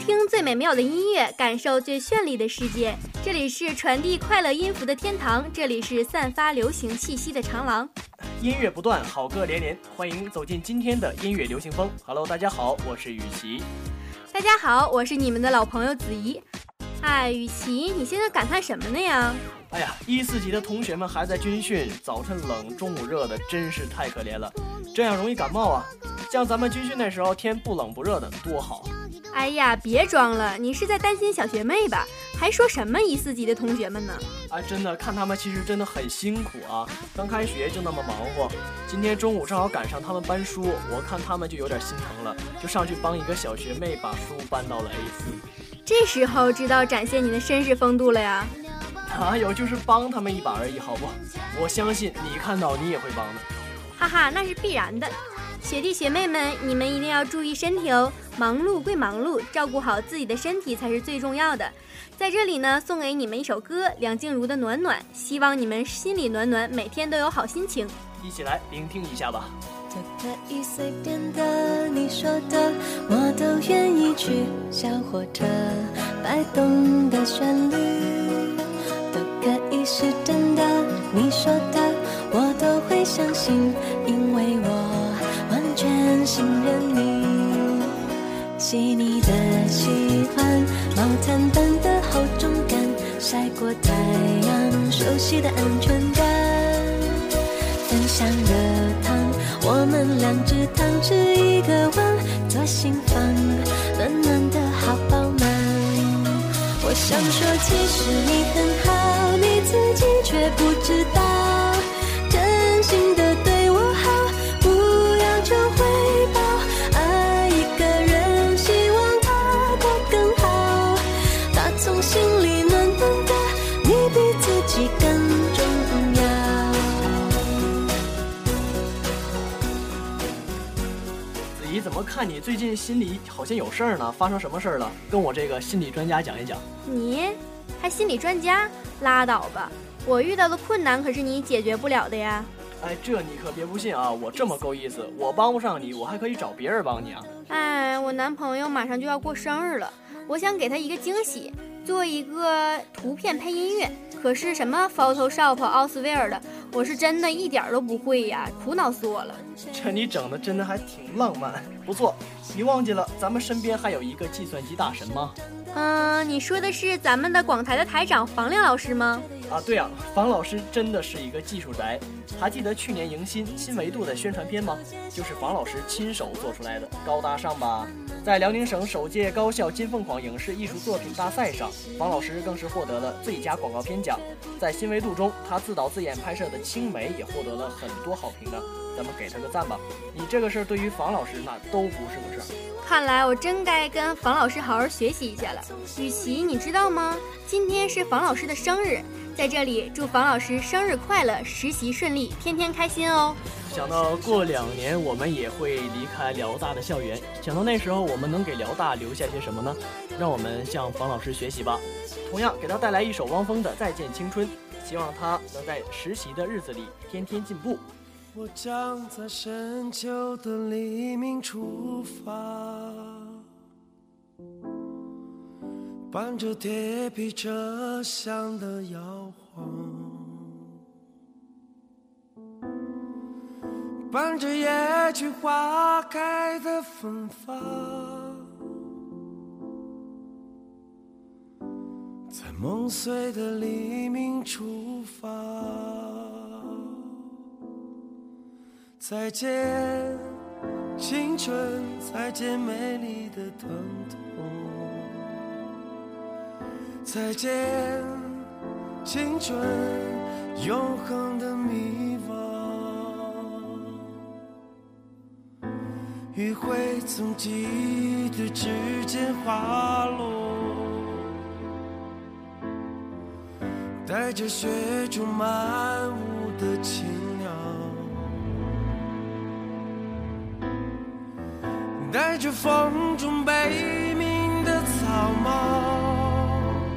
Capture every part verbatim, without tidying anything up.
听最美妙的音乐，感受最绚丽的世界。这里是传递快乐音符的天堂，这里是散发流行气息的长廊。 音乐不断，好歌连连，欢迎走进今天的音乐流行风。Hello， 大家好，我是雨琦。 大家好，我是你们的老朋友子怡。哎，雨琦，你现在感叹什么呢呀？ 哎呀，一四级的同学们还在军训，早晨冷，中午热的，真是太可怜了，这样容易感冒啊。像咱们军训那时候，天不冷不热的，多好。 哎呀，别装了，你是在担心小学妹吧？还说什么一四级的同学们呢？ 哎，真的，看他们其实真的很辛苦啊，刚开学就那么忙活。今天中午正好赶上他们搬书，我看他们就有点心疼了，就上去帮一个小学妹把书搬到了 A 四。 这时候知道展现你的绅士风度了呀？ 哪有，就是帮他们一把而已，好不？我相信你看到你也会帮的。 哈哈，那是必然的。学弟学妹们，你们一定要注意身体哦，忙碌归忙碌，照顾好自己的身体才是最重要的。在这里呢，送给你们一首歌，梁静茹的《暖暖》，希望你们心里暖暖，每天都有好心情。 一起来聆听一下吧。 都可以随便的，你说的我都愿意去。小火车摆动的旋律都可以是真的，你说的我都会相信，因为我完全信任你。细腻的喜欢，毛毯般的厚重感，晒过太阳，熟悉的安全感。分享热汤，我们两只汤匙一个碗，做心房，暖暖的好饱满。我想说其实你很好，你自己却不知道，真心的对我好，不要求回报，爱一个人希望他过更好，打从心里暖暖的，你比自己更重要。 子怡，怎么看你最近心里好像有事儿呢？发生什么事儿了？跟我这个心理专家讲一讲。 你还心理专家？拉倒吧，我遇到的困难可是你解决不了的呀。 哎，这你可别不信啊！我这么够意思，我帮不上你，我还可以找别人帮你啊。 哎，我男朋友马上就要过生日了，我想给他一个惊喜，做一个图片配音乐，可是什么 Photoshop、奥斯维尔的，我是真的一点都不会呀，苦恼死我了。 这你整的真的还挺浪漫，不错。你忘记了咱们身边还有一个计算机大神吗？ 嗯，你说的是咱们的广台的台长房亮老师吗？ 啊，对啊，房老师真的是一个技术宅。还记得去年迎新新维度的宣传片吗？就是房老师亲手做出来的，高大上吧？在辽宁省首届高校金凤凰影视艺术作品大赛上，房老师更是获得了最佳广告片奖。在新维度中，他自导自演拍摄的《青梅》也获得了很多好评呢。咱们给他个赞吧！你这个事儿对于房老师那都不是个事儿。 看来我真该跟房老师好好学习一下了。雨琦，你知道吗？今天是房老师的生日，在这里祝房老师生日快乐，实习顺利，天天开心哦。 想到过两年我们也会离开辽大的校园，想到那时候我们能给辽大留下些什么呢？让我们向房老师学习吧。同样给他带来一首汪峰的《再见青春》，希望他能在实习的日子里天天进步。 我将在深秋的黎明出发，伴着铁皮车厢的摇晃，伴着野菊花开的芬芳，在梦碎的黎明出发。再见青春，再见美丽的疼痛，再见青春永恒的迷惘。余晖从记忆的指尖滑落，带着雪中漫舞的青鸟，带着风中悲鸣的草帽，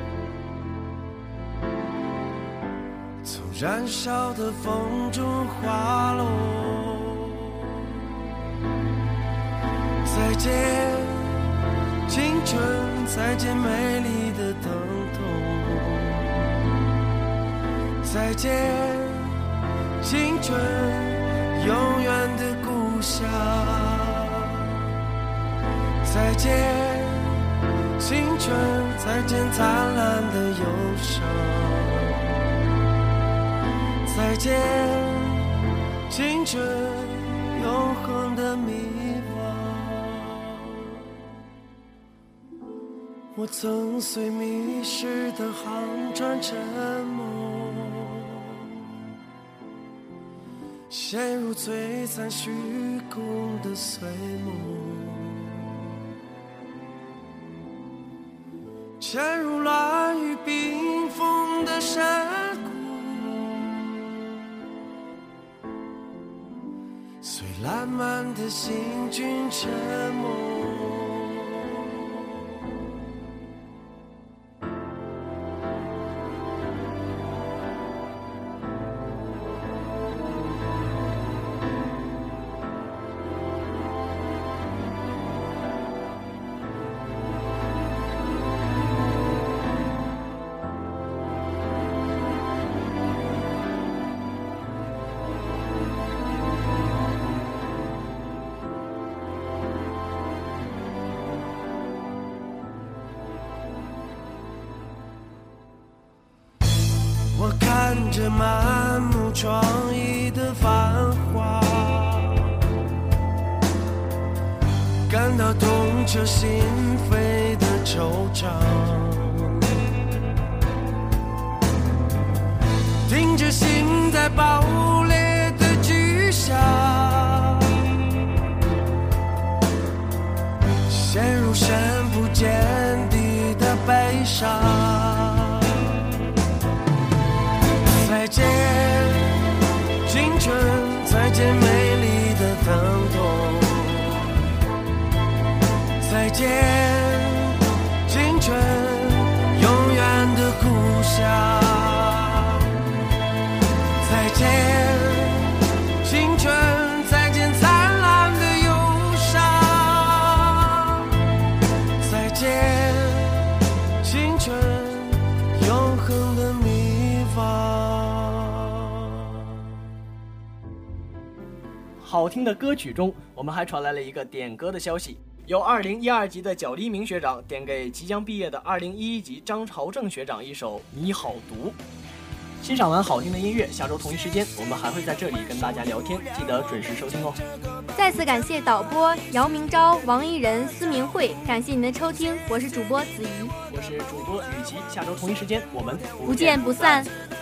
从燃烧的风中滑落。再见青春， 再见美丽的疼痛，再见青春永远的故乡，再见青春，再见灿烂的忧伤，再见青春永恒的迷惘。我曾随迷失的航船沉没，陷入璀璨虚空的碎梦，潜入乱雨冰封的山谷，随烂漫的行军沉没。我看着满目疮痍的繁华，感到痛彻心扉的惆怅，听着心在爆裂的巨响，陷入深不见底的悲伤。再见青春，再见美丽的疼痛，再见青春永远的故乡，再见青春，再见灿烂的忧伤，再见青春永恒的迷惘。 好听的歌曲中，我们还传来了一个点歌的消息，由二零一二级的脚黎明学长点给即将毕业的二零一一级张朝正学长一首《你好毒》。欣赏完好听的音乐，下周同一时间我们还会在这里跟大家聊天，记得准时收听哦。 再次感谢导播姚明昭、王一仁、司明慧，感谢您的收听，我是主播子怡， 我是主播雨琦，下周同一时间我们不见不散。